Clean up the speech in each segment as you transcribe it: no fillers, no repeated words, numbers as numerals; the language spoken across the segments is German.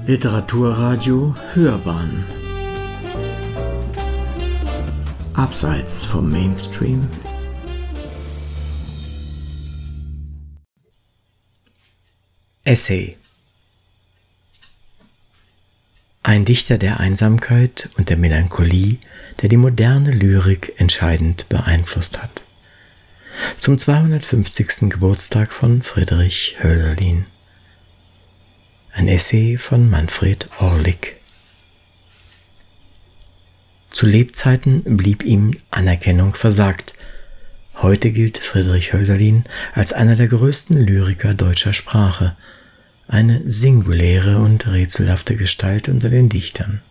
Literaturradio Hörbahn Abseits vom Mainstream. Essay. Ein Dichter der Einsamkeit und der Melancholie, der die moderne Lyrik entscheidend beeinflusst hat. Zum 250. Geburtstag von Friedrich Hölderlin. Ein Essay von Manfred Orlik. Zu Lebzeiten blieb ihm Anerkennung versagt. Heute gilt Friedrich Hölderlin als einer der größten Lyriker deutscher Sprache, eine singuläre und rätselhafte Gestalt unter den Dichtern.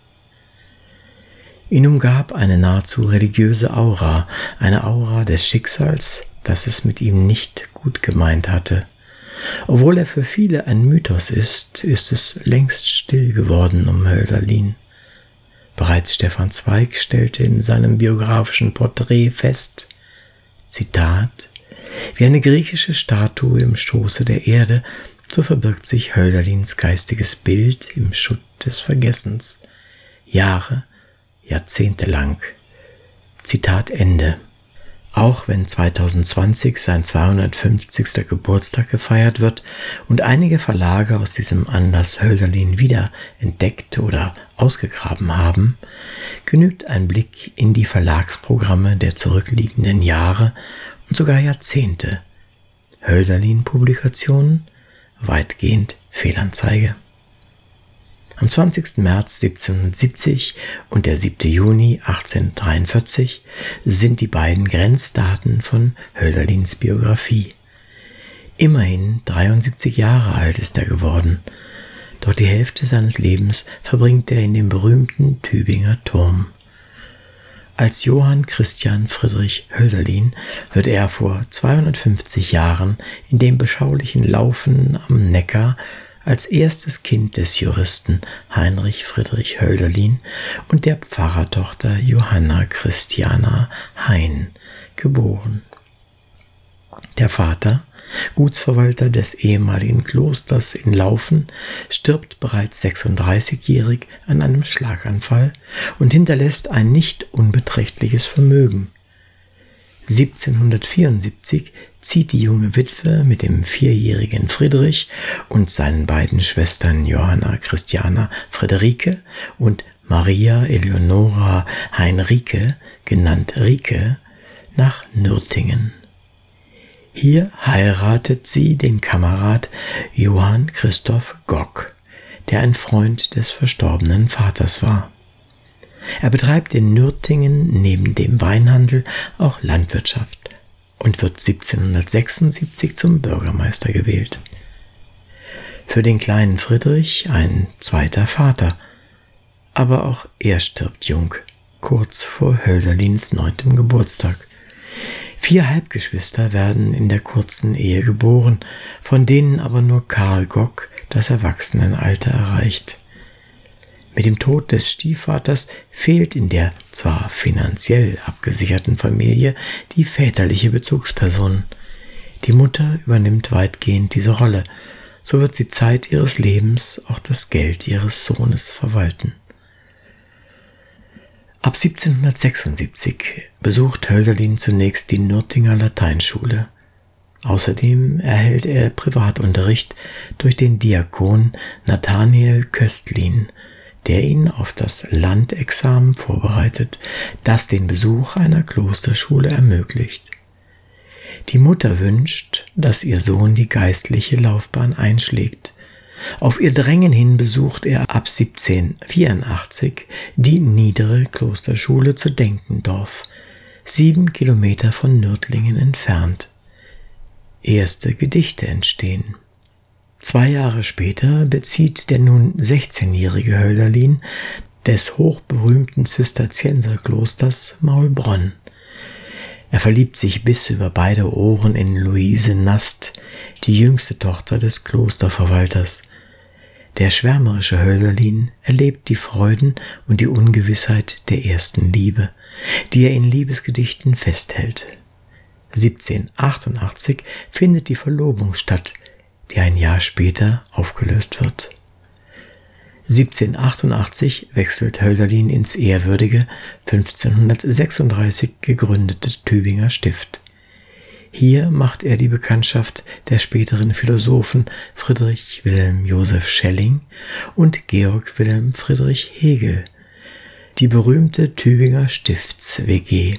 Ihn umgab eine nahezu religiöse Aura, eine Aura des Schicksals, das es mit ihm nicht gut gemeint hatte. Obwohl er für viele ein Mythos ist, ist es längst still geworden um Hölderlin. Bereits Stefan Zweig stellte in seinem biografischen Porträt fest, Zitat, wie eine griechische Statue im Schoße der Erde, so verbirgt sich Hölderlins geistiges Bild im Schutt des Vergessens. Jahre, Jahrzehnte lang. Zitat Ende. Auch wenn 2020 sein 250. Geburtstag gefeiert wird und einige Verlage aus diesem Anlass Hölderlin wieder entdeckt oder ausgegraben haben, genügt ein Blick in die Verlagsprogramme der zurückliegenden Jahre und sogar Jahrzehnte. Hölderlin-Publikationen, weitgehend Fehlanzeige. Am 20. März 1770 und der 7. Juni 1843 sind die beiden Grenzdaten von Hölderlins Biografie. Immerhin 73 Jahre alt ist er geworden, doch die Hälfte seines Lebens verbringt er in dem berühmten Tübinger Turm. Als Johann Christian Friedrich Hölderlin wird er vor 250 Jahren in dem beschaulichen Laufen am Neckar als erstes Kind des Juristen Heinrich Friedrich Hölderlin und der Pfarrertochter Johanna Christiana Hein geboren. Der Vater, Gutsverwalter des ehemaligen Klosters in Laufen, stirbt bereits 36-jährig an einem Schlaganfall und hinterlässt ein nicht unbeträchtliches Vermögen. 1774 zieht die junge Witwe mit dem 4-jährigen Friedrich und seinen beiden Schwestern Johanna Christiana Friederike und Maria Eleonora Heinrike, genannt Rike, nach Nürtingen. Hier heiratet sie den Kamerad Johann Christoph Gock, der ein Freund des verstorbenen Vaters war. Er betreibt in Nürtingen neben dem Weinhandel auch Landwirtschaft und wird 1776 zum Bürgermeister gewählt. Für den kleinen Friedrich ein zweiter Vater, aber auch er stirbt jung, kurz vor Hölderlins 9. Geburtstag. 4 Halbgeschwister werden in der kurzen Ehe geboren, von denen aber nur Karl Gock das Erwachsenenalter erreicht. Mit dem Tod des Stiefvaters fehlt in der zwar finanziell abgesicherten Familie die väterliche Bezugsperson. Die Mutter übernimmt weitgehend diese Rolle, so wird sie Zeit ihres Lebens auch das Geld ihres Sohnes verwalten. Ab 1776 besucht Hölderlin zunächst die Nürtinger Lateinschule. Außerdem erhält er Privatunterricht durch den Diakon Nathanael Köstlin, der ihn auf das Landexamen vorbereitet, das den Besuch einer Klosterschule ermöglicht. Die Mutter wünscht, dass ihr Sohn die geistliche Laufbahn einschlägt. Auf ihr Drängen hin besucht er ab 1784 die niedere Klosterschule zu Denkendorf, 7 Kilometer von Nürtlingen entfernt. Erste Gedichte entstehen. 2 Jahre später bezieht der nun 16-jährige Hölderlin des hochberühmten Zisterzienserklosters Maulbronn. Er verliebt sich bis über beide Ohren in Luise Nast, die jüngste Tochter des Klosterverwalters. Der schwärmerische Hölderlin erlebt die Freuden und die Ungewissheit der ersten Liebe, die er in Liebesgedichten festhält. 1788 findet die Verlobung statt, die ein Jahr später aufgelöst wird. 1788 wechselt Hölderlin ins ehrwürdige 1536 gegründete Tübinger Stift. Hier macht er die Bekanntschaft der späteren Philosophen Friedrich Wilhelm Joseph Schelling und Georg Wilhelm Friedrich Hegel, die berühmte Tübinger Stifts-WG.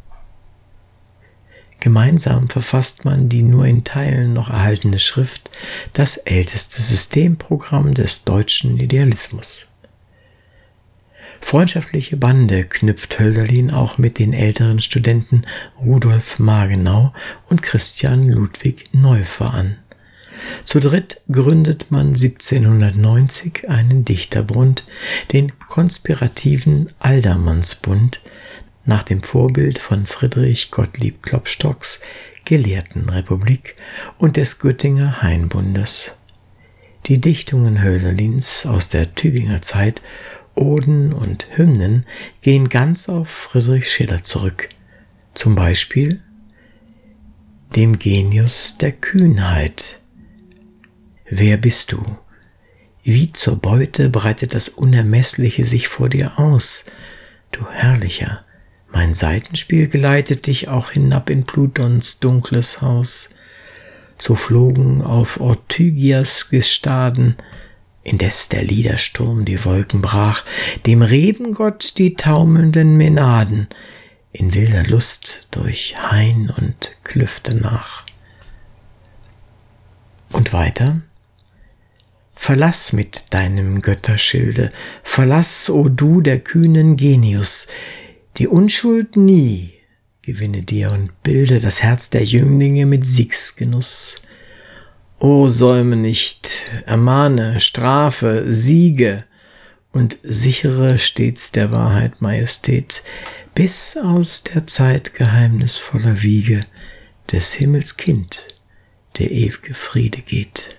Gemeinsam verfasst man die nur in Teilen noch erhaltene Schrift, das älteste Systemprogramm des deutschen Idealismus. Freundschaftliche Bande knüpft Hölderlin auch mit den älteren Studenten Rudolf Magenau und Christian Ludwig Neuffer an. Zu dritt gründet man 1790 einen Dichterbund, den konspirativen Aldermannsbund, nach dem Vorbild von Friedrich Gottlieb Klopstocks Gelehrtenrepublik und des Göttinger Hainbundes. Die Dichtungen Hölderlins aus der Tübinger Zeit, Oden und Hymnen, gehen ganz auf Friedrich Schiller zurück, zum Beispiel dem Genius der Kühnheit. Wer bist du? Wie zur Beute breitet das Unermessliche sich vor dir aus, du Herrlicher. Mein Saitenspiel geleitet dich auch hinab in Plutons dunkles Haus. So flogen auf Ortygias Gestaden, indes der Liedersturm die Wolken brach, dem Rebengott die taumelnden Mänaden in wilder Lust durch Hain und Klüfte nach. Und weiter: Verlass mit deinem Götterschilde, verlass, o du der kühnen Genius, die Unschuld nie, gewinne dir und bilde das Herz der Jünglinge mit Siegsgenuss. O säume nicht, ermahne, strafe, siege und sichere stets der Wahrheit Majestät, bis aus der Zeit geheimnisvoller Wiege des Himmels Kind der ew'ge Friede geht.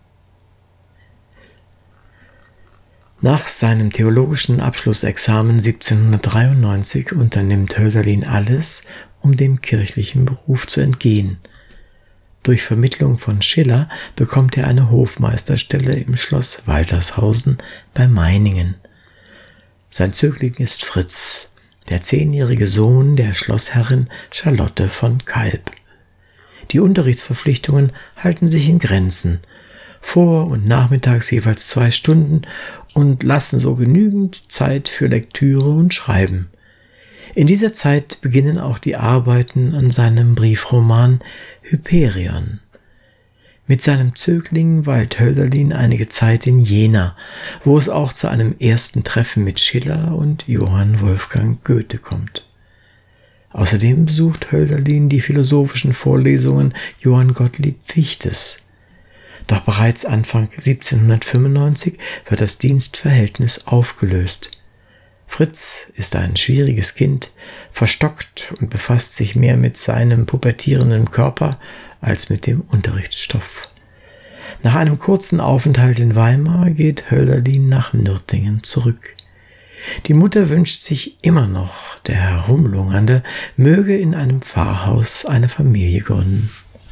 Nach seinem theologischen Abschlussexamen 1793 unternimmt Hölderlin alles, um dem kirchlichen Beruf zu entgehen. Durch Vermittlung von Schiller bekommt er eine Hofmeisterstelle im Schloss Waltershausen bei Meiningen. Sein Zögling ist Fritz, der 10-jährige Sohn der Schlossherrin Charlotte von Kalb. Die Unterrichtsverpflichtungen halten sich in Grenzen, vor- und nachmittags jeweils 2 Stunden, und lassen so genügend Zeit für Lektüre und Schreiben. In dieser Zeit beginnen auch die Arbeiten an seinem Briefroman Hyperion. Mit seinem Zögling weilt Hölderlin einige Zeit in Jena, wo es auch zu einem ersten Treffen mit Schiller und Johann Wolfgang Goethe kommt. Außerdem besucht Hölderlin die philosophischen Vorlesungen Johann Gottlieb Fichtes. Doch bereits Anfang 1795 wird das Dienstverhältnis aufgelöst. Fritz ist ein schwieriges Kind, verstockt und befasst sich mehr mit seinem pubertierenden Körper als mit dem Unterrichtsstoff. Nach einem kurzen Aufenthalt in Weimar geht Hölderlin nach Nürtingen zurück. Die Mutter wünscht sich immer noch, der Herumlungernde möge in einem Pfarrhaus eine Familie gründen.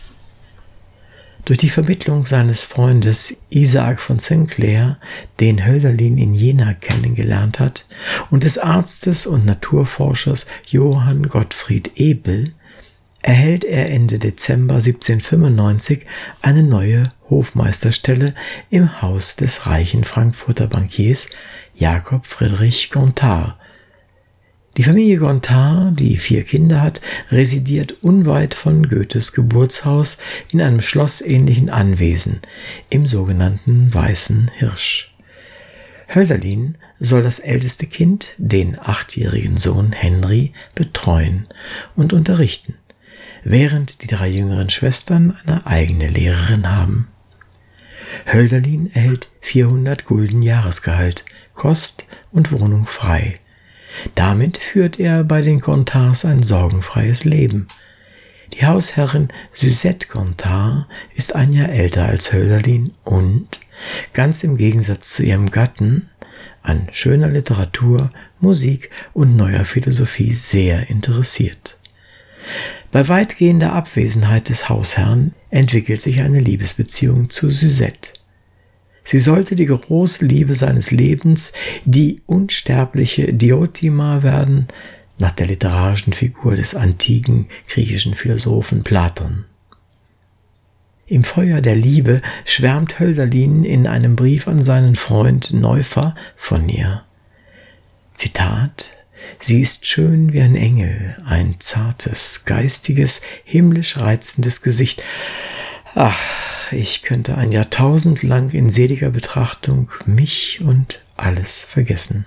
Durch die Vermittlung seines Freundes Isaac von Sinclair, den Hölderlin in Jena kennengelernt hat, und des Arztes und Naturforschers Johann Gottfried Ebel, erhält er Ende Dezember 1795 eine neue Hofmeisterstelle im Haus des reichen Frankfurter Bankiers Jakob Friedrich Gontard. Die Familie Gontard, die 4 Kinder hat, residiert unweit von Goethes Geburtshaus in einem schlossähnlichen Anwesen, im sogenannten Weißen Hirsch. Hölderlin soll das älteste Kind, den 8-jährigen Sohn Henry, betreuen und unterrichten, während die 3 jüngeren Schwestern eine eigene Lehrerin haben. Hölderlin erhält 400 Gulden Jahresgehalt, Kost und Wohnung frei. Damit führt er bei den Gontards ein sorgenfreies Leben. Die Hausherrin Suzette Gontard ist ein Jahr älter als Hölderlin und, ganz im Gegensatz zu ihrem Gatten, an schöner Literatur, Musik und neuer Philosophie sehr interessiert. Bei weitgehender Abwesenheit des Hausherrn entwickelt sich eine Liebesbeziehung zu Suzette. Sie sollte die große Liebe seines Lebens, die unsterbliche Diotima werden, nach der literarischen Figur des antiken griechischen Philosophen Platon. Im Feuer der Liebe schwärmt Hölderlin in einem Brief an seinen Freund Neufer von ihr. Zitat: Sie ist schön wie ein Engel, ein zartes, geistiges, himmlisch reizendes Gesicht. Ach, ich könnte ein Jahrtausend lang in seliger Betrachtung mich und alles vergessen.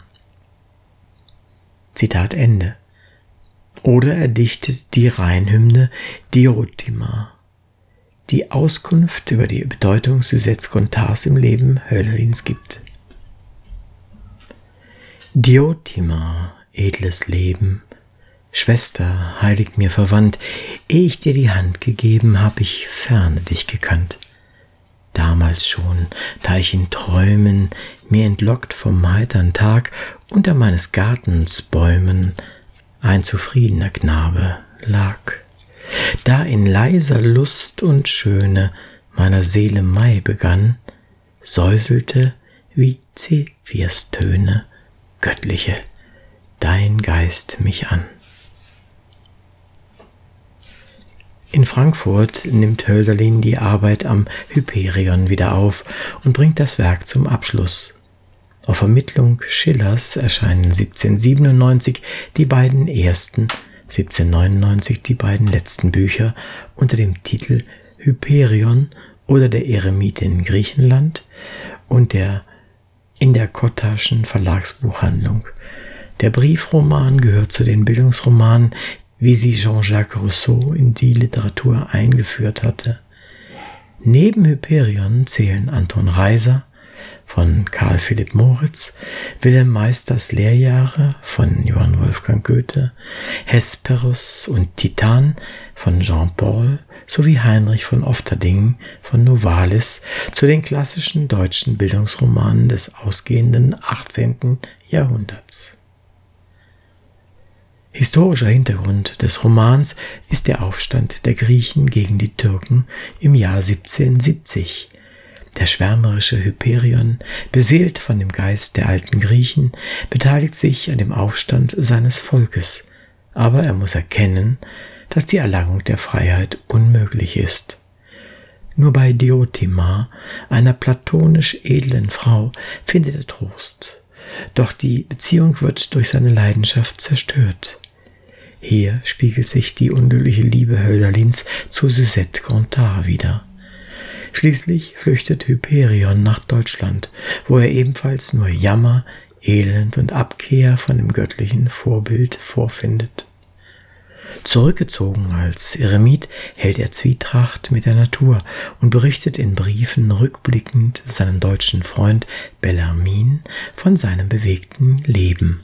Zitat Ende. Oder er dichtet die Rheinhymne Diotima, die Auskunft über die Bedeutung Susettes Gontars im Leben Hölderlins gibt. Diotima, edles Leben, Schwester, heilig mir verwandt, ehe ich dir die Hand gegeben, hab ich ferne dich gekannt. Damals schon, da ich in Träumen, mir entlockt vom heitern Tag, unter meines Gartens Bäumen ein zufriedener Knabe lag. Da in leiser Lust und Schöne meiner Seele Mai begann, säuselte wie Zephyrs Töne, Göttliche, dein Geist mich an. In Frankfurt nimmt Hölderlin die Arbeit am Hyperion wieder auf und bringt das Werk zum Abschluss. Auf Vermittlung Schillers erscheinen 1797 die beiden ersten, 1799 die beiden letzten Bücher unter dem Titel Hyperion oder der Eremit in Griechenland und in der Kottaschen Verlagsbuchhandlung. Der Briefroman gehört zu den Bildungsromanen, wie sie Jean-Jacques Rousseau in die Literatur eingeführt hatte. Neben Hyperion zählen Anton Reiser von Karl Philipp Moritz, Wilhelm Meisters Lehrjahre von Johann Wolfgang Goethe, Hesperus und Titan von Jean Paul sowie Heinrich von Ofterdingen von Novalis zu den klassischen deutschen Bildungsromanen des ausgehenden 18. Jahrhunderts. Historischer Hintergrund des Romans ist der Aufstand der Griechen gegen die Türken im Jahr 1770. Der schwärmerische Hyperion, beseelt von dem Geist der alten Griechen, beteiligt sich an dem Aufstand seines Volkes, aber er muss erkennen, dass die Erlangung der Freiheit unmöglich ist. Nur bei Diotima, einer platonisch edlen Frau, findet er Trost. Doch die Beziehung wird durch seine Leidenschaft zerstört. Hier spiegelt sich die unglückliche Liebe Hölderlins zu Suzette Gontard wider. Schließlich flüchtet Hyperion nach Deutschland, wo er ebenfalls nur Jammer, Elend und Abkehr von dem göttlichen Vorbild vorfindet. Zurückgezogen als Eremit hält er Zwietracht mit der Natur und berichtet in Briefen rückblickend seinem deutschen Freund Bellarmin von seinem bewegten Leben.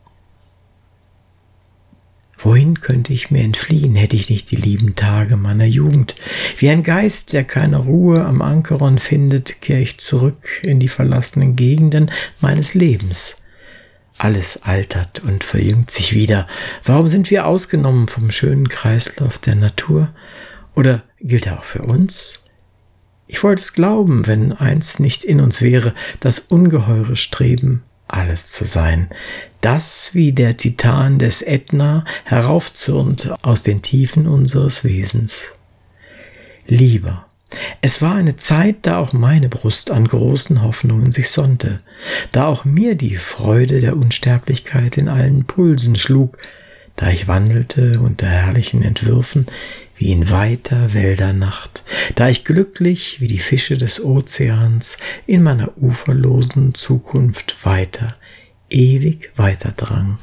Wohin könnte ich mir entfliehen, hätte ich nicht die lieben Tage meiner Jugend? Wie ein Geist, der keine Ruhe am Ankeron findet, kehre ich zurück in die verlassenen Gegenden meines Lebens. Alles altert und verjüngt sich wieder. Warum sind wir ausgenommen vom schönen Kreislauf der Natur? Oder gilt er auch für uns? Ich wollte es glauben, wenn eins nicht in uns wäre, das ungeheure Streben, alles zu sein, das wie der Titan des Ätna heraufzürnt aus den Tiefen unseres Wesens. Lieber, es war eine Zeit, da auch meine Brust an großen Hoffnungen sich sonnte, da auch mir die Freude der Unsterblichkeit in allen Pulsen schlug, da ich wandelte unter herrlichen Entwürfen wie in weiter Wäldernacht, da ich glücklich wie die Fische des Ozeans in meiner uferlosen Zukunft weiter, ewig weiter drang.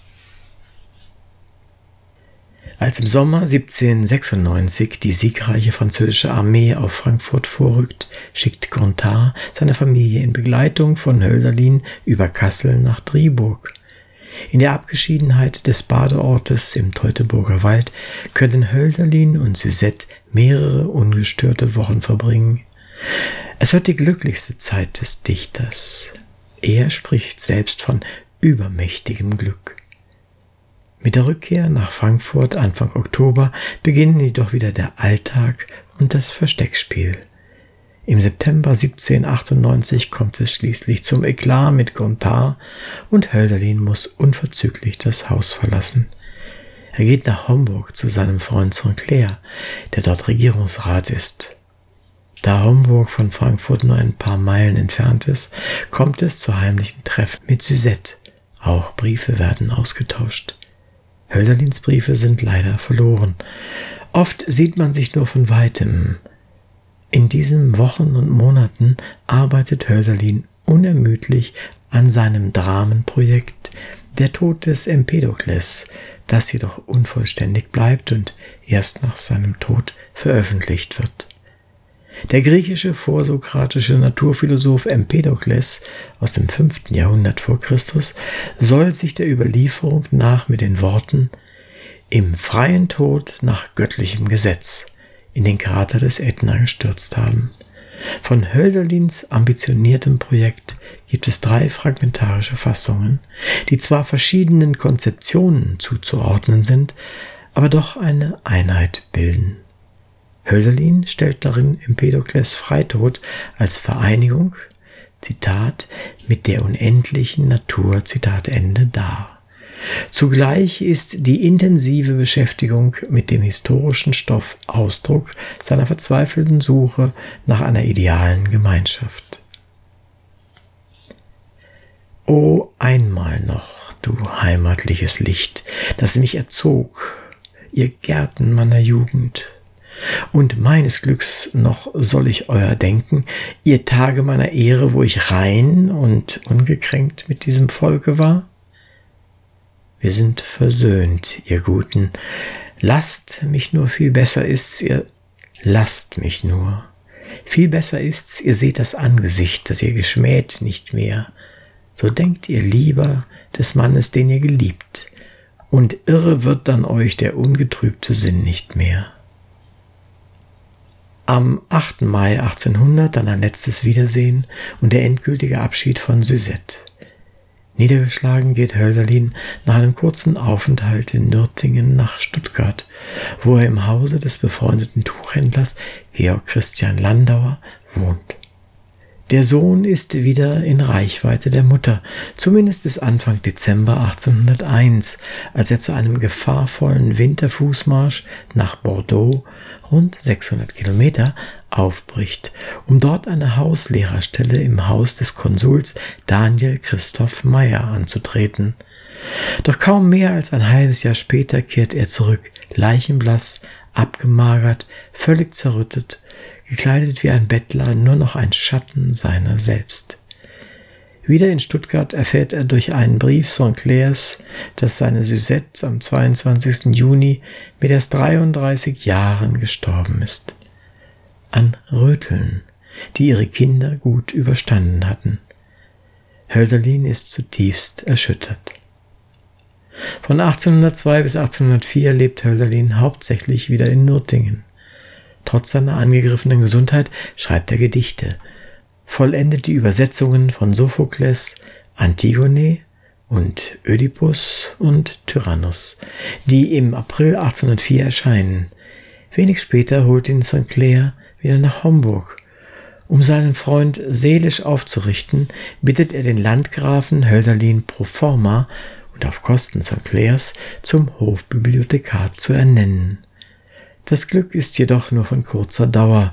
Als im Sommer 1796 die siegreiche französische Armee auf Frankfurt vorrückt, schickt Gontard seine Familie in Begleitung von Hölderlin über Kassel nach Driburg. In der Abgeschiedenheit des Badeortes im Teutoburger Wald können Hölderlin und Suzette mehrere ungestörte Wochen verbringen. Es wird die glücklichste Zeit des Dichters. Er spricht selbst von übermächtigem Glück. Mit der Rückkehr nach Frankfurt Anfang Oktober beginnen jedoch wieder der Alltag und das Versteckspiel. Im September 1798 kommt es schließlich zum Eklat mit Gontard und Hölderlin muss unverzüglich das Haus verlassen. Er geht nach Homburg zu seinem Freund Sinclair, der dort Regierungsrat ist. Da Homburg von Frankfurt nur ein paar Meilen entfernt ist, kommt es zu heimlichen Treffen mit Suzette. Auch Briefe werden ausgetauscht. Hölderlins Briefe sind leider verloren. Oft sieht man sich nur von Weitem. In diesen Wochen und Monaten arbeitet Hölderlin unermüdlich an seinem Dramenprojekt Der Tod des Empedokles, das jedoch unvollständig bleibt und erst nach seinem Tod veröffentlicht wird. Der griechische vorsokratische Naturphilosoph Empedokles aus dem 5. Jahrhundert vor Christus soll sich der Überlieferung nach mit den Worten „Im freien Tod nach göttlichem Gesetz“ in den Krater des Ätna gestürzt haben. Von Hölderlins ambitioniertem Projekt gibt es 3 fragmentarische Fassungen, die zwar verschiedenen Konzeptionen zuzuordnen sind, aber doch eine Einheit bilden. Hölderlin stellt darin Empedokles Freitod als Vereinigung, Zitat, mit der unendlichen Natur, Zitat Ende, dar. Zugleich ist die intensive Beschäftigung mit dem historischen Stoff Ausdruck seiner verzweifelten Suche nach einer idealen Gemeinschaft. O einmal noch, du heimatliches Licht, das mich erzog, ihr Gärten meiner Jugend, und meines Glücks noch soll ich euer denken, ihr Tage meiner Ehre, wo ich rein und ungekränkt mit diesem Volke war? Wir sind versöhnt, ihr Guten, lasst mich nur, viel besser ist's, ihr lasst mich nur. Viel besser ist's, ihr seht das Angesicht, das ihr geschmäht nicht mehr. So denkt ihr lieber des Mannes, den ihr geliebt, und irre wird dann euch der ungetrübte Sinn nicht mehr. Am 8. Mai 1800 dann ein letztes Wiedersehen und der endgültige Abschied von Suzette. Niedergeschlagen geht Hölderlin nach einem kurzen Aufenthalt in Nürtingen nach Stuttgart, wo er im Hause des befreundeten Tuchhändlers Georg Christian Landauer wohnt. Der Sohn ist wieder in Reichweite der Mutter, zumindest bis Anfang Dezember 1801, als er zu einem gefahrvollen Winterfußmarsch nach Bordeaux, rund 600 Kilometer, aufbricht, um dort eine Hauslehrerstelle im Haus des Konsuls Daniel Christoph Meyer anzutreten. Doch kaum mehr als ein halbes Jahr später kehrt er zurück, leichenblass, abgemagert, völlig zerrüttet, gekleidet wie ein Bettler, nur noch ein Schatten seiner selbst. Wieder in Stuttgart erfährt er durch einen Brief Sinclairs, dass seine Suzette am 22. Juni mit erst 33 Jahren gestorben ist. An Röteln, die ihre Kinder gut überstanden hatten. Hölderlin ist zutiefst erschüttert. Von 1802 bis 1804 lebt Hölderlin hauptsächlich wieder in Nürtingen. Trotz seiner angegriffenen Gesundheit schreibt er Gedichte, vollendet die Übersetzungen von Sophokles, Antigone und Ödipus und Tyrannus, die im April 1804 erscheinen. Wenig später holt ihn Sinclair wieder nach Homburg. Um seinen Freund seelisch aufzurichten, bittet er den Landgrafen Hölderlin pro forma und auf Kosten Sinclairs zum Hofbibliothekar zu ernennen. Das Glück ist jedoch nur von kurzer Dauer.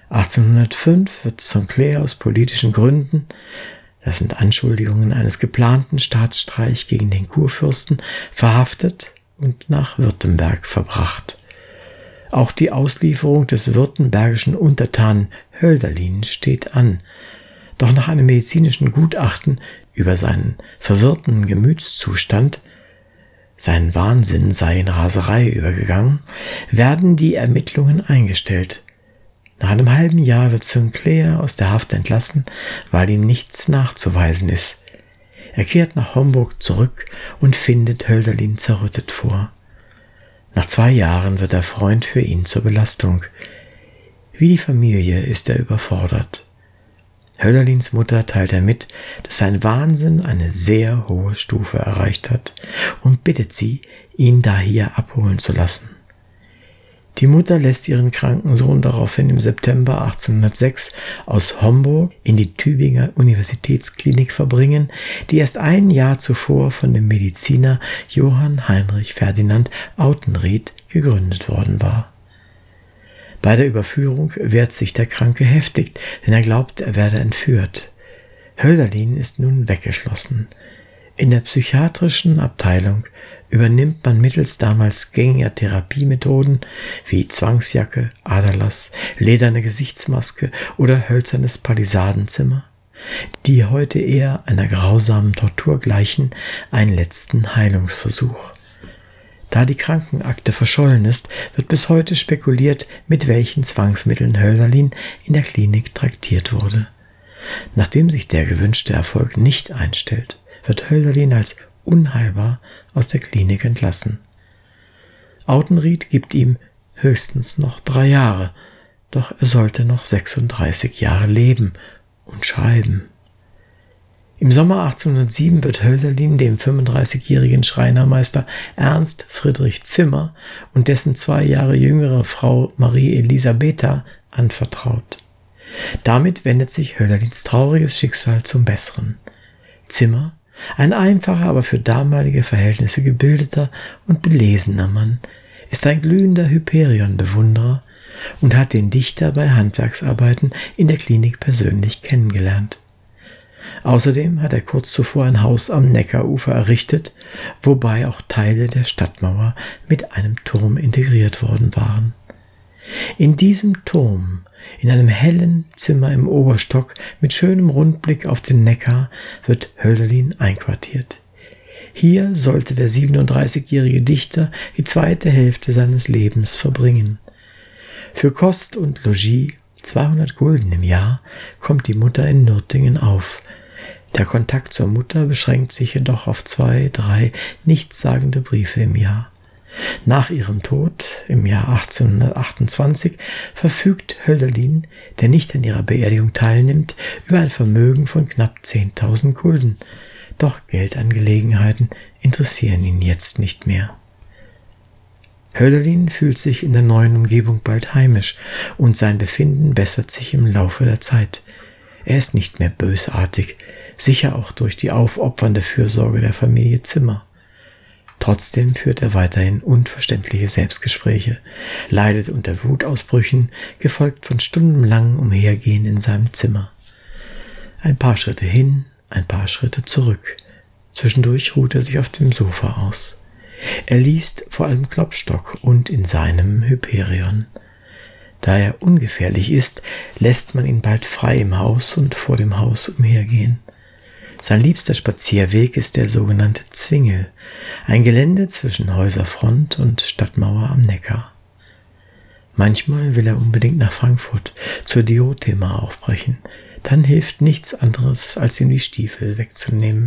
1805 wird Sinclair aus politischen Gründen, das sind Anschuldigungen eines geplanten Staatsstreichs gegen den Kurfürsten, verhaftet und nach Württemberg verbracht. Auch die Auslieferung des württembergischen Untertanen Hölderlin steht an. Doch nach einem medizinischen Gutachten über seinen verwirrten Gemütszustand, sein Wahnsinn sei in Raserei übergegangen, werden die Ermittlungen eingestellt. Nach einem halben Jahr wird Sinclair aus der Haft entlassen, weil ihm nichts nachzuweisen ist. Er kehrt nach Homburg zurück und findet Hölderlin zerrüttet vor. Nach 2 Jahren wird der Freund für ihn zur Belastung. Wie die Familie ist er überfordert. Hölderlins Mutter teilt er mit, dass sein Wahnsinn eine sehr hohe Stufe erreicht hat und bittet sie, ihn dahier abholen zu lassen. Die Mutter lässt ihren kranken Sohn daraufhin im September 1806 aus Homburg in die Tübinger Universitätsklinik verbringen, die erst ein Jahr zuvor von dem Mediziner Johann Heinrich Ferdinand Autenrieth gegründet worden war. Bei der Überführung wehrt sich der Kranke heftig, denn er glaubt, er werde entführt. Hölderlin ist nun weggeschlossen. In der psychiatrischen Abteilung übernimmt man mittels damals gängiger Therapiemethoden wie Zwangsjacke, Aderlass, lederne Gesichtsmaske oder hölzernes Palisadenzimmer, die heute eher einer grausamen Tortur gleichen, einen letzten Heilungsversuch. Da die Krankenakte verschollen ist, wird bis heute spekuliert, mit welchen Zwangsmitteln Hölderlin in der Klinik traktiert wurde. Nachdem sich der gewünschte Erfolg nicht einstellt, wird Hölderlin als unheilbar aus der Klinik entlassen. Autenrieth gibt ihm höchstens noch 3 Jahre, doch er sollte noch 36 Jahre leben und schreiben. Im Sommer 1807 wird Hölderlin dem 35-jährigen Schreinermeister Ernst Friedrich Zimmer und dessen 2 Jahre jüngere Frau Marie Elisabetha anvertraut. Damit wendet sich Hölderlins trauriges Schicksal zum Besseren. Zimmer, ein einfacher, aber für damalige Verhältnisse gebildeter und belesener Mann, ist ein glühender Hyperion-Bewunderer und hat den Dichter bei Handwerksarbeiten in der Klinik persönlich kennengelernt. Außerdem hat er kurz zuvor ein Haus am Neckarufer errichtet, wobei auch Teile der Stadtmauer mit einem Turm integriert worden waren. In diesem Turm, in einem hellen Zimmer im Oberstock mit schönem Rundblick auf den Neckar, wird Hölderlin einquartiert. Hier sollte der 37-jährige Dichter die zweite Hälfte seines Lebens verbringen. Für Kost und Logis, 200 Gulden im Jahr, kommt die Mutter in Nürtingen auf. Der Kontakt zur Mutter beschränkt sich jedoch auf 2, 3 nichtssagende Briefe im Jahr. Nach ihrem Tod im Jahr 1828 verfügt Hölderlin, der nicht an ihrer Beerdigung teilnimmt, über ein Vermögen von knapp 10.000 Gulden. Doch Geldangelegenheiten interessieren ihn jetzt nicht mehr. Hölderlin fühlt sich in der neuen Umgebung bald heimisch und sein Befinden bessert sich im Laufe der Zeit. Er ist nicht mehr bösartig, sicher auch durch die aufopfernde Fürsorge der Familie Zimmer. Trotzdem führt er weiterhin unverständliche Selbstgespräche, leidet unter Wutausbrüchen, gefolgt von stundenlangem Umhergehen in seinem Zimmer. Ein paar Schritte hin, ein paar Schritte zurück. Zwischendurch ruht er sich auf dem Sofa aus. Er liest vor allem Klopstock und in seinem Hyperion. Da er ungefährlich ist, lässt man ihn bald frei im Haus und vor dem Haus umhergehen. Sein liebster Spazierweg ist der sogenannte Zwingel, ein Gelände zwischen Häuserfront und Stadtmauer am Neckar. Manchmal will er unbedingt nach Frankfurt zur Diotima aufbrechen, dann hilft nichts anderes, als ihm die Stiefel wegzunehmen.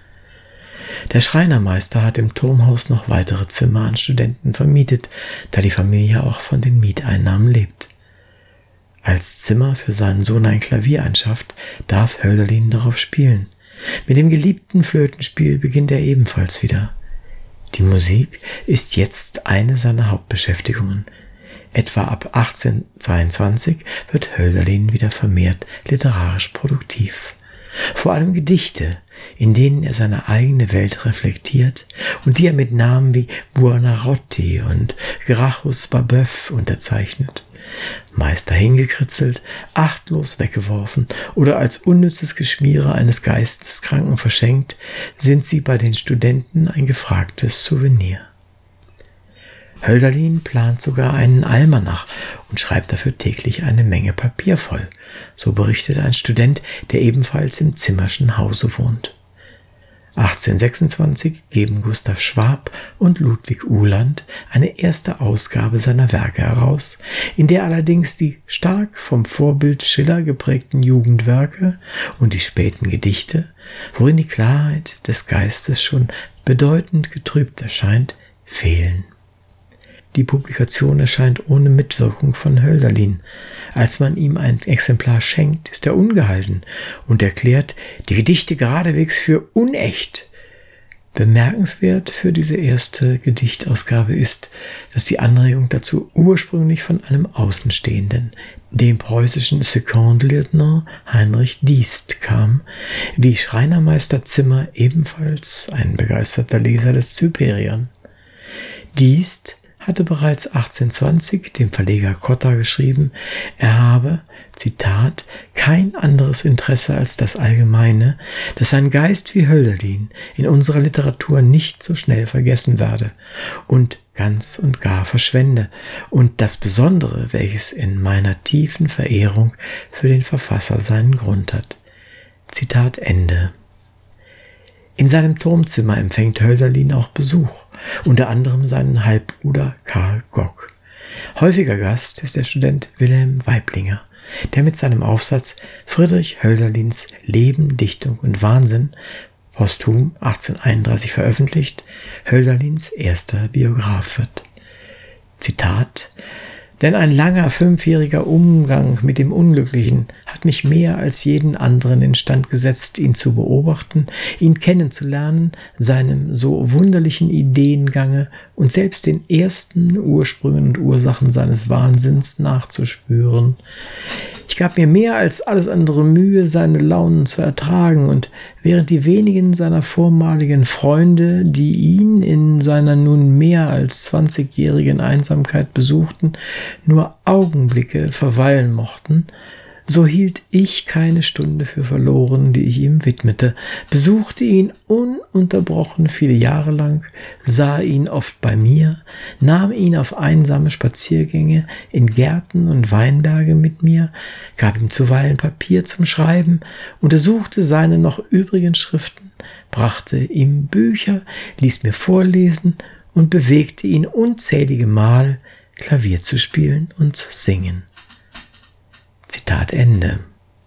Der Schreinermeister hat im Turmhaus noch weitere Zimmer an Studenten vermietet, da die Familie auch von den Mieteinnahmen lebt. Als Zimmer für seinen Sohn ein Klavier anschafft, darf Hölderlin darauf spielen. Mit dem geliebten Flötenspiel beginnt er ebenfalls wieder. Die Musik ist jetzt eine seiner Hauptbeschäftigungen. Etwa ab 1822 wird Hölderlin wieder vermehrt literarisch produktiv. Vor allem Gedichte, in denen er seine eigene Welt reflektiert und die er mit Namen wie Buonarroti und Gracchus Babeuf unterzeichnet. Meist dahingekritzelt, achtlos weggeworfen oder als unnützes Geschmiere eines Geisteskranken verschenkt, sind sie bei den Studenten ein gefragtes Souvenir. Hölderlin plant sogar einen Almanach und schreibt dafür täglich eine Menge Papier voll, so berichtet ein Student, der ebenfalls im Zimmerschen Hause wohnt. 1826 geben Gustav Schwab und Ludwig Uhland eine erste Ausgabe seiner Werke heraus, in der allerdings die stark vom Vorbild Schiller geprägten Jugendwerke und die späten Gedichte, worin die Klarheit des Geistes schon bedeutend getrübt erscheint, fehlen. Die Publikation erscheint ohne Mitwirkung von Hölderlin. Als man ihm ein Exemplar schenkt, ist er ungehalten und erklärt die Gedichte geradewegs für unecht. Bemerkenswert für diese erste Gedichtausgabe ist, dass die Anregung dazu ursprünglich von einem Außenstehenden, dem preußischen Secondelieutenant Heinrich Diest, kam, wie Schreinermeister Zimmer ebenfalls ein begeisterter Leser des Cyprian. Diest hatte bereits 1820 dem Verleger Cotta geschrieben, er habe, Zitat, kein anderes Interesse als das Allgemeine, dass ein Geist wie Hölderlin in unserer Literatur nicht so schnell vergessen werde und ganz und gar verschwende, und das Besondere, welches in meiner tiefen Verehrung für den Verfasser seinen Grund hat. Zitat Ende. In seinem Turmzimmer empfängt Hölderlin auch Besuch, unter anderem seinen Halbbruder Karl Gock. Häufiger Gast ist der Student Wilhelm Waiblinger, der mit seinem Aufsatz Friedrich Hölderlins Leben, Dichtung und Wahnsinn, posthum 1831 veröffentlicht, Hölderlins erster Biograph wird. Zitat: Denn ein langer 5-jähriger Umgang mit dem Unglücklichen hat mich mehr als jeden anderen instand gesetzt, ihn zu beobachten, ihn kennenzulernen, seinem so wunderlichen Ideengange und selbst den ersten Ursprüngen und Ursachen seines Wahnsinns nachzuspüren. Ich gab mir mehr als alles andere Mühe, seine Launen zu ertragen, und während die wenigen seiner vormaligen Freunde, die ihn in seiner nun mehr als 20-jährigen Einsamkeit besuchten, nur Augenblicke verweilen mochten, so hielt ich keine Stunde für verloren, die ich ihm widmete, besuchte ihn ununterbrochen viele Jahre lang, sah ihn oft bei mir, nahm ihn auf einsame Spaziergänge in Gärten und Weinberge mit mir, gab ihm zuweilen Papier zum Schreiben, untersuchte seine noch übrigen Schriften, brachte ihm Bücher, ließ mir vorlesen und bewegte ihn unzählige Mal, Klavier zu spielen und zu singen. Zitat Ende.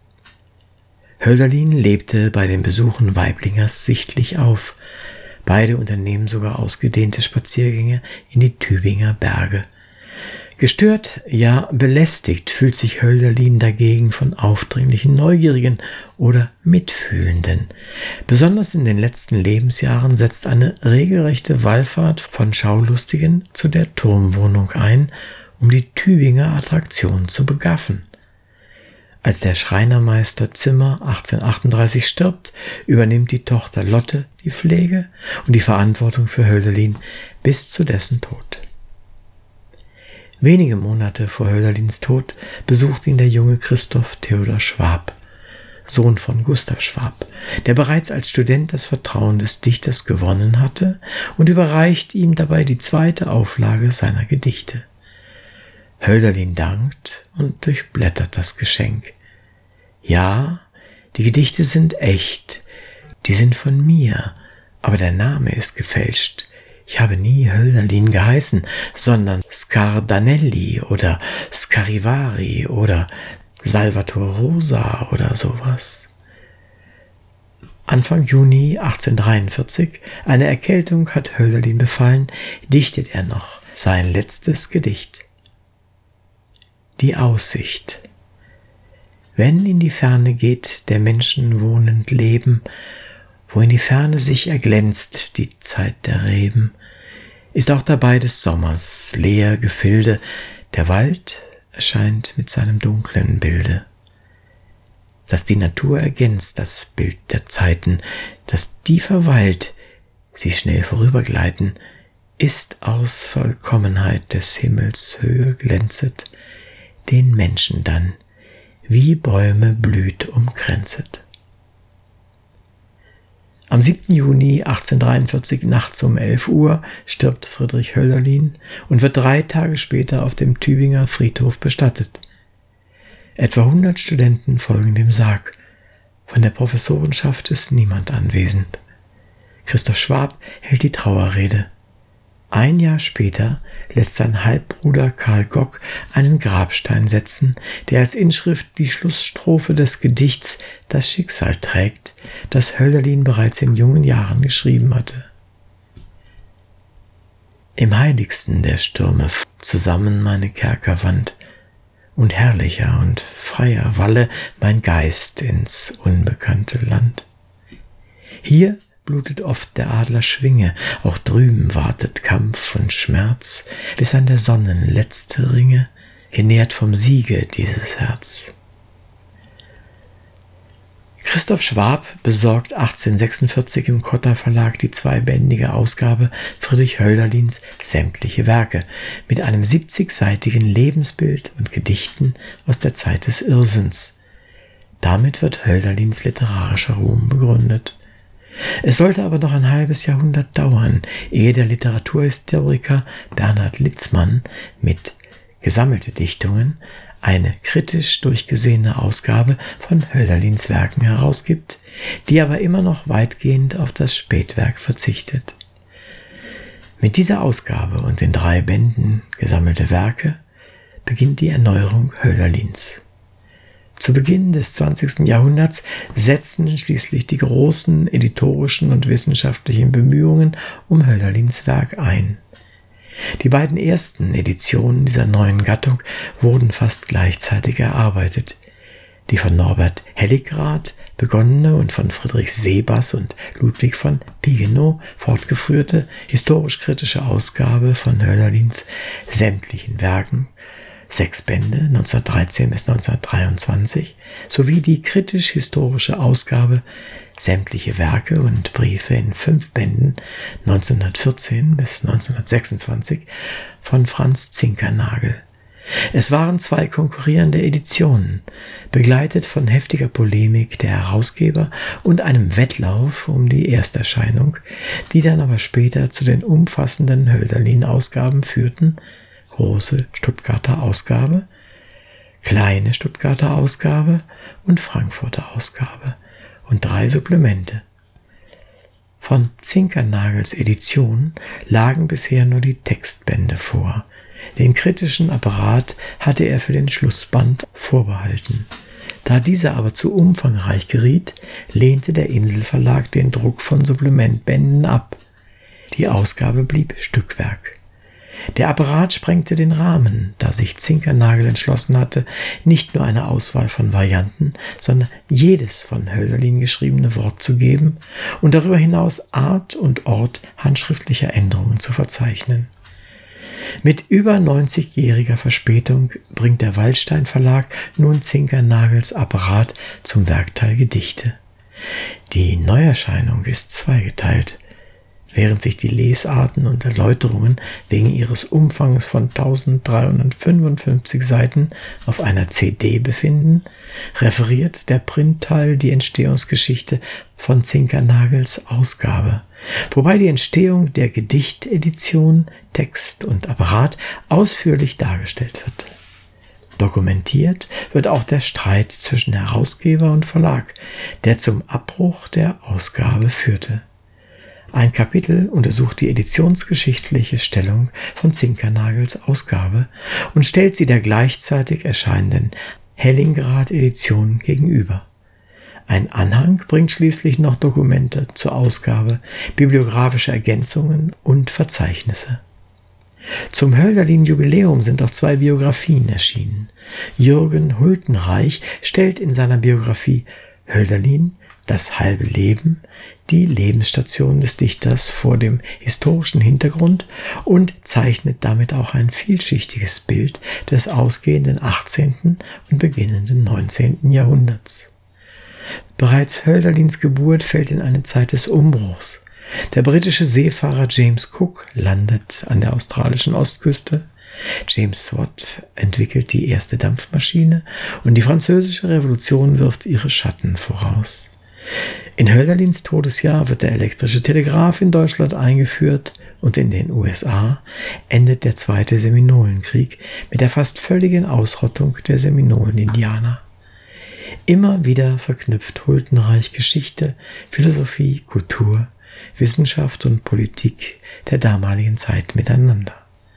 Hölderlin lebte bei den Besuchen Waiblingers sichtlich auf. Beide unternehmen sogar ausgedehnte Spaziergänge in die Tübinger Berge. Gestört, ja belästigt fühlt sich Hölderlin dagegen von aufdringlichen Neugierigen oder Mitfühlenden. Besonders in den letzten Lebensjahren setzt eine regelrechte Wallfahrt von Schaulustigen zu der Turmwohnung ein, um die Tübinger Attraktion zu begaffen. Als der Schreinermeister Zimmer 1838 stirbt, übernimmt die Tochter Lotte die Pflege und die Verantwortung für Hölderlin bis zu dessen Tod. Wenige Monate vor Hölderlins Tod besucht ihn der junge Christoph Theodor Schwab, Sohn von Gustav Schwab, der bereits als Student das Vertrauen des Dichters gewonnen hatte, und überreicht ihm dabei die 2. Auflage seiner Gedichte. Hölderlin dankt und durchblättert das Geschenk. Ja, die Gedichte sind echt, die sind von mir, aber der Name ist gefälscht. Ich habe nie Hölderlin geheißen, sondern Scardanelli oder Scarivari oder Salvator Rosa oder sowas. Anfang Juni 1843, eine Erkältung hat Hölderlin befallen, dichtet er noch sein letztes Gedicht. Die Aussicht. Wenn in die Ferne geht der Menschen wohnend Leben, wo in die Ferne sich erglänzt die Zeit der Reben, ist auch dabei des Sommers leer Gefilde, der Wald erscheint mit seinem dunklen Bilde. Dass die Natur ergänzt das Bild der Zeiten, dass die verweilt, sie schnell vorübergleiten, ist aus Vollkommenheit des Himmels Höhe glänzet, den Menschen dann wie Bäume blüht umkränzet. Am 7. Juni 1843 nachts um 11 Uhr stirbt Friedrich Hölderlin und wird 3 Tage später auf dem Tübinger Friedhof bestattet. Etwa 100 Studenten folgen dem Sarg. Von der Professorenschaft ist niemand anwesend. Christoph Schwab hält die Trauerrede. Ein Jahr später lässt sein Halbbruder Karl Gock einen Grabstein setzen, der als Inschrift die Schlussstrophe des Gedichts Das Schicksal trägt, das Hölderlin bereits in jungen Jahren geschrieben hatte. Im heiligsten der Stürme zusammen meine Kerkerwand, und herrlicher und freier walle mein Geist ins unbekannte Land. Hier blutet oft der Adler Schwinge, auch drüben wartet Kampf und Schmerz, bis an der Sonnen letzte Ringe, genährt vom Siege dieses Herz. Christoph Schwab besorgt 1846 im Cotta Verlag die zweibändige Ausgabe Friedrich Hölderlins Sämtliche Werke mit einem 70-seitigen Lebensbild und Gedichten aus der Zeit des Irrsinns. Damit wird Hölderlins literarischer Ruhm begründet. Es sollte aber noch ein halbes Jahrhundert dauern, ehe der Literaturhistoriker Bernhard Litzmann mit Gesammelte Dichtungen eine kritisch durchgesehene Ausgabe von Hölderlins Werken herausgibt, die aber immer noch weitgehend auf das Spätwerk verzichtet. Mit dieser Ausgabe und den 3 Bänden Gesammelte Werke beginnt die Erneuerung Hölderlins. Zu Beginn des 20. Jahrhunderts setzten schließlich die großen editorischen und wissenschaftlichen Bemühungen um Hölderlins Werk ein. Die beiden ersten Editionen dieser neuen Gattung wurden fast gleichzeitig erarbeitet. Die von Norbert Helligrath begonnene und von Friedrich Sebas und Ludwig von Pigenow fortgeführte historisch-kritische Ausgabe von Hölderlins sämtlichen Werken, 6 Bände 1913 bis 1923, sowie die kritisch-historische Ausgabe Sämtliche Werke und Briefe in 5 Bänden 1914 bis 1926 von Franz Zinckernagel. Es waren 2 konkurrierende Editionen, begleitet von heftiger Polemik der Herausgeber und einem Wettlauf um die Ersterscheinung, die dann aber später zu den umfassenden Hölderlin-Ausgaben führten: Große Stuttgarter Ausgabe, Kleine Stuttgarter Ausgabe und Frankfurter Ausgabe und 3 Supplemente. Von Zinckernagels Edition lagen bisher nur die Textbände vor. Den kritischen Apparat hatte er für den Schlussband vorbehalten. Da dieser aber zu umfangreich geriet, lehnte der Inselverlag den Druck von Supplementbänden ab. Die Ausgabe blieb Stückwerk. Der Apparat sprengte den Rahmen, da sich Zinckernagel entschlossen hatte, nicht nur eine Auswahl von Varianten, sondern jedes von Hölderlin geschriebene Wort zu geben und darüber hinaus Art und Ort handschriftlicher Änderungen zu verzeichnen. Mit über 90-jähriger Verspätung bringt der Waldstein Verlag nun Zinckernagels Apparat zum Werkteil Gedichte. Die Neuerscheinung ist zweigeteilt. Während sich die Lesarten und Erläuterungen wegen ihres Umfangs von 1355 Seiten auf einer CD befinden, referiert der Printteil die Entstehungsgeschichte von Zinckernagels Ausgabe, wobei die Entstehung der Gedichtedition, Text und Apparat ausführlich dargestellt wird. Dokumentiert wird auch der Streit zwischen Herausgeber und Verlag, der zum Abbruch der Ausgabe führte. Ein Kapitel untersucht die editionsgeschichtliche Stellung von Zinckernagels Ausgabe und stellt sie der gleichzeitig erscheinenden Hellingrath-Edition gegenüber. Ein Anhang bringt schließlich noch Dokumente zur Ausgabe, bibliografische Ergänzungen und Verzeichnisse. Zum Hölderlin-Jubiläum sind auch 2 Biografien erschienen. Jürgen Hultenreich stellt in seiner Biografie Hölderlin, das halbe Leben, die Lebensstation des Dichters vor dem historischen Hintergrund und zeichnet damit auch ein vielschichtiges Bild des ausgehenden 18. und beginnenden 19. Jahrhunderts. Bereits Hölderlins Geburt fällt in eine Zeit des Umbruchs. Der britische Seefahrer James Cook landet an der australischen Ostküste, James Watt entwickelt die erste Dampfmaschine und die Französische Revolution wirft ihre Schatten voraus. In Hölderlins Todesjahr wird der elektrische Telegraph in Deutschland eingeführt und in den USA endet der Zweite Seminolenkrieg mit der fast völligen Ausrottung der Seminolen-Indianer. Immer wieder verknüpft Hultenreich Geschichte, Philosophie, Kultur, Wissenschaft und Politik der damaligen Zeit miteinander.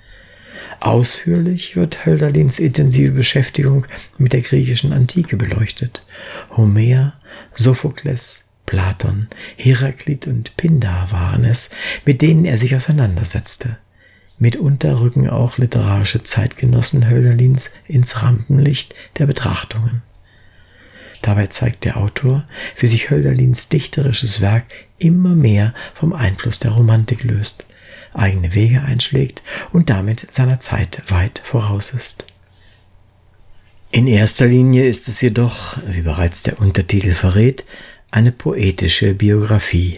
Ausführlich wird Hölderlins intensive Beschäftigung mit der griechischen Antike beleuchtet. Homer, Sophokles, Platon, Heraklit und Pindar waren es, mit denen er sich auseinandersetzte. Mitunter rücken auch literarische Zeitgenossen Hölderlins ins Rampenlicht der Betrachtungen. Dabei zeigt der Autor, wie sich Hölderlins dichterisches Werk immer mehr vom Einfluss der Romantik löst, eigene Wege einschlägt und damit seiner Zeit weit voraus ist. In erster Linie ist es jedoch, wie bereits der Untertitel verrät, eine poetische Biografie.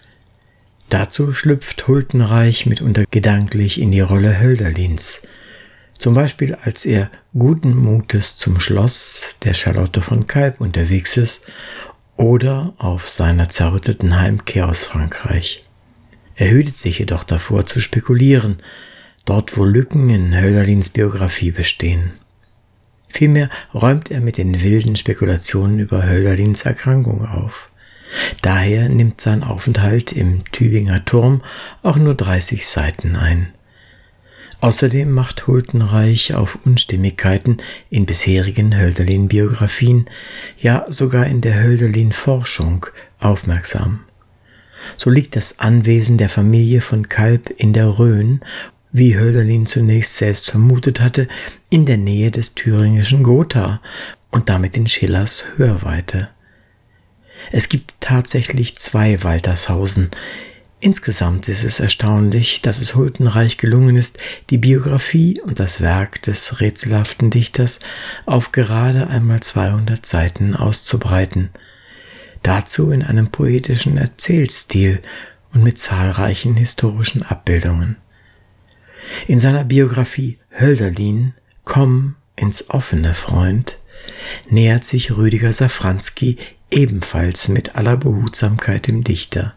Dazu schlüpft Hultenreich mitunter gedanklich in die Rolle Hölderlins, zum Beispiel als er guten Mutes zum Schloss der Charlotte von Kalb unterwegs ist oder auf seiner zerrütteten Heimkehr aus Frankreich. Er hütet sich jedoch davor zu spekulieren, dort wo Lücken in Hölderlins Biografie bestehen. Vielmehr räumt er mit den wilden Spekulationen über Hölderlins Erkrankung auf. Daher nimmt sein Aufenthalt im Tübinger Turm auch nur 30 Seiten ein. Außerdem macht Hultenreich auf Unstimmigkeiten in bisherigen Hölderlin-Biografien, ja sogar in der Hölderlin-Forschung aufmerksam. So liegt das Anwesen der Familie von Kalb in der Rhön, wie Hölderlin zunächst selbst vermutet hatte, in der Nähe des thüringischen Gotha und damit in Schillers Hörweite. Es gibt tatsächlich 2 Waltershausen. Insgesamt ist es erstaunlich, dass es Hultenreich gelungen ist, die Biografie und das Werk des rätselhaften Dichters auf gerade einmal 200 Seiten auszubreiten. Dazu in einem poetischen Erzählstil und mit zahlreichen historischen Abbildungen. In seiner Biografie Hölderlin, Komm ins offene, Freund, nähert sich Rüdiger Safranski ebenfalls mit aller Behutsamkeit dem Dichter.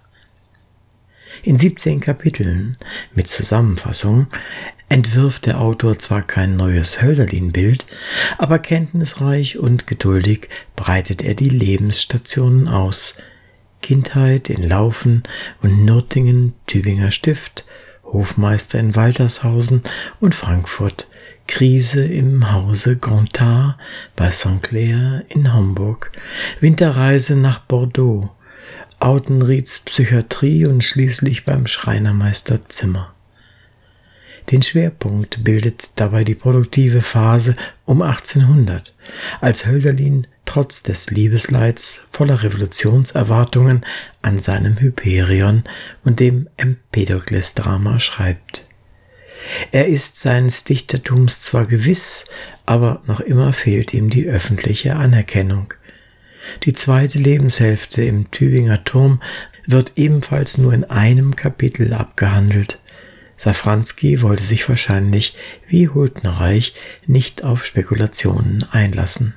In 17 Kapiteln mit Zusammenfassung entwirft der Autor zwar kein neues Hölderlin-Bild, aber kenntnisreich und geduldig breitet er die Lebensstationen aus. Kindheit in Laufen und Nürtingen, Tübinger Stift, Hofmeister in Waltershausen und Frankfurt, Krise im Hause Gontard bei St. Clair in Homburg, Winterreise nach Bordeaux, Autenrieds Psychiatrie und schließlich beim Schreinermeister Zimmer. Den Schwerpunkt bildet dabei die produktive Phase um 1800, als Hölderlin trotz des Liebesleids voller Revolutionserwartungen an seinem Hyperion und dem Empedokles-Drama schreibt. Er ist seines Dichtertums zwar gewiss, aber noch immer fehlt ihm die öffentliche Anerkennung. Die zweite Lebenshälfte im Tübinger Turm wird ebenfalls nur in einem Kapitel abgehandelt. Safranski wollte sich wahrscheinlich, wie Hultenreich, nicht auf Spekulationen einlassen.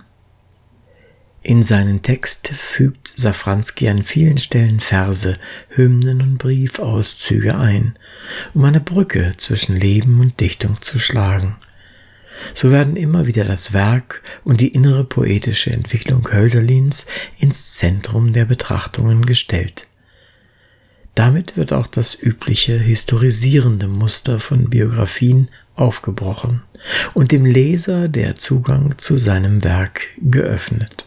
In seinen Text fügt Safranski an vielen Stellen Verse, Hymnen und Briefauszüge ein, um eine Brücke zwischen Leben und Dichtung zu schlagen. So werden immer wieder das Werk und die innere poetische Entwicklung Hölderlins ins Zentrum der Betrachtungen gestellt. Damit wird auch das übliche historisierende Muster von Biografien aufgebrochen und dem Leser der Zugang zu seinem Werk geöffnet.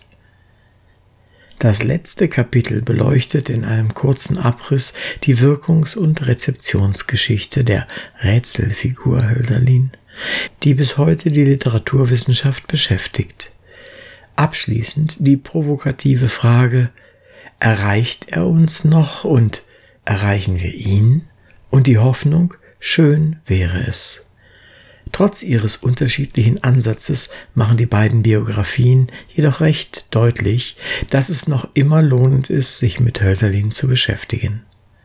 Das letzte Kapitel beleuchtet in einem kurzen Abriss die Wirkungs- und Rezeptionsgeschichte der Rätselfigur Hölderlin, die bis heute die Literaturwissenschaft beschäftigt. Abschließend die provokative Frage: Erreicht er uns noch und erreichen wir ihn? Und die Hoffnung: schön wäre es. Trotz ihres unterschiedlichen Ansatzes machen die beiden Biografien jedoch recht deutlich, dass es noch immer lohnend ist, sich mit Hölderlin zu beschäftigen.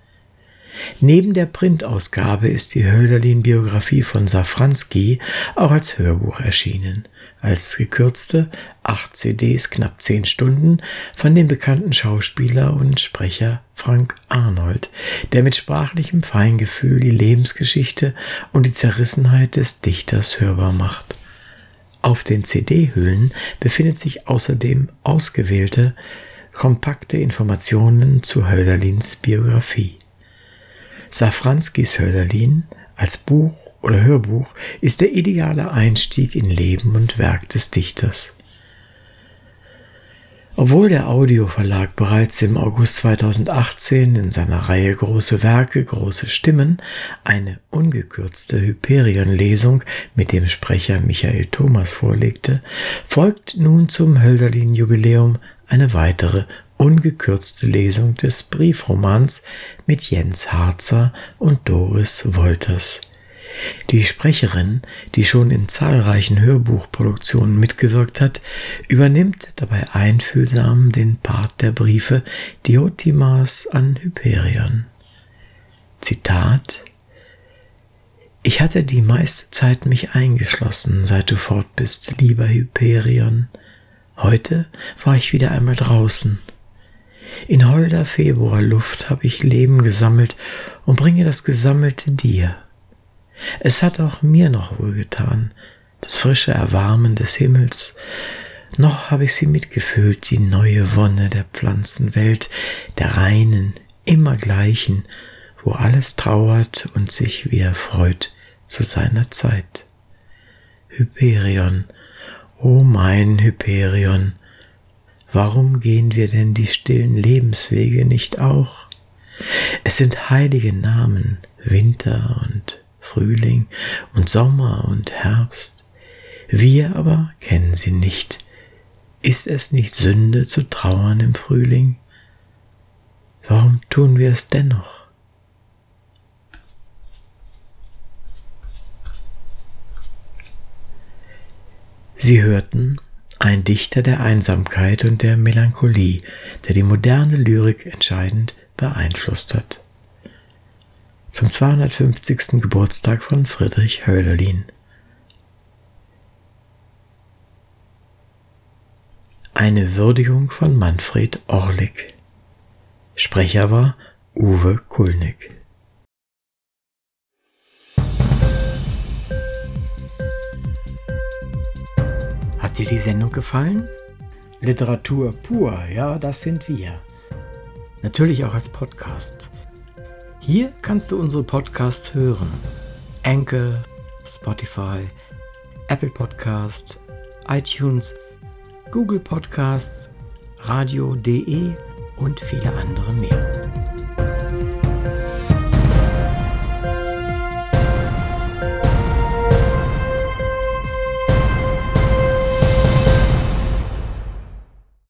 Neben der Printausgabe ist die Hölderlin-Biografie von Safranski auch als Hörbuch erschienen, als gekürzte 8 CDs, knapp 10 Stunden, von dem bekannten Schauspieler und Sprecher Frank Arnold, der mit sprachlichem Feingefühl die Lebensgeschichte und die Zerrissenheit des Dichters hörbar macht. Auf den CD-Hüllen befindet sich außerdem ausgewählte, kompakte Informationen zu Hölderlins Biografie. Safranskis Hölderlin als Buch oder Hörbuch ist der ideale Einstieg in Leben und Werk des Dichters. Obwohl der Audioverlag bereits im August 2018 in seiner Reihe Große Werke, große Stimmen eine ungekürzte Hyperion-Lesung mit dem Sprecher Michael Thomas vorlegte, folgt nun zum Hölderlin-Jubiläum eine weitere ungekürzte Lesung des Briefromans mit Jens Harzer und Doris Wolters. Die Sprecherin, die schon in zahlreichen Hörbuchproduktionen mitgewirkt hat, übernimmt dabei einfühlsam den Part der Briefe Diotimas an Hyperion. Zitat: Ich hatte die meiste Zeit mich eingeschlossen, seit du fort bist, lieber Hyperion. Heute war ich wieder einmal draußen. In holder Februarluft habe ich Leben gesammelt und bringe das Gesammelte dir. Es hat auch mir noch wohlgetan, das frische Erwarmen des Himmels. Noch habe ich sie mitgefühlt, die neue Wonne der Pflanzenwelt, der reinen, immer gleichen, wo alles trauert und sich wieder freut zu seiner Zeit. Hyperion, o mein Hyperion, warum gehen wir denn die stillen Lebenswege nicht auch? Es sind heilige Namen, Winter und Frühling und Sommer und Herbst. Wir aber kennen sie nicht. Ist es nicht Sünde zu trauern im Frühling? Warum tun wir es dennoch? Sie hörten ein Dichter der Einsamkeit und der Melancholie, der die moderne Lyrik entscheidend beeinflusst hat. Zum 250. Geburtstag von Friedrich Hölderlin. Eine Würdigung von Manfred Orlik. Sprecher war Uwe Kulnig. Hat dir die Sendung gefallen? Literatur pur, ja, das sind wir. Natürlich auch als Podcast. Hier kannst du unsere Podcasts hören. Anchor, Spotify, Apple Podcasts, iTunes, Google Podcasts, Radio.de und viele andere mehr.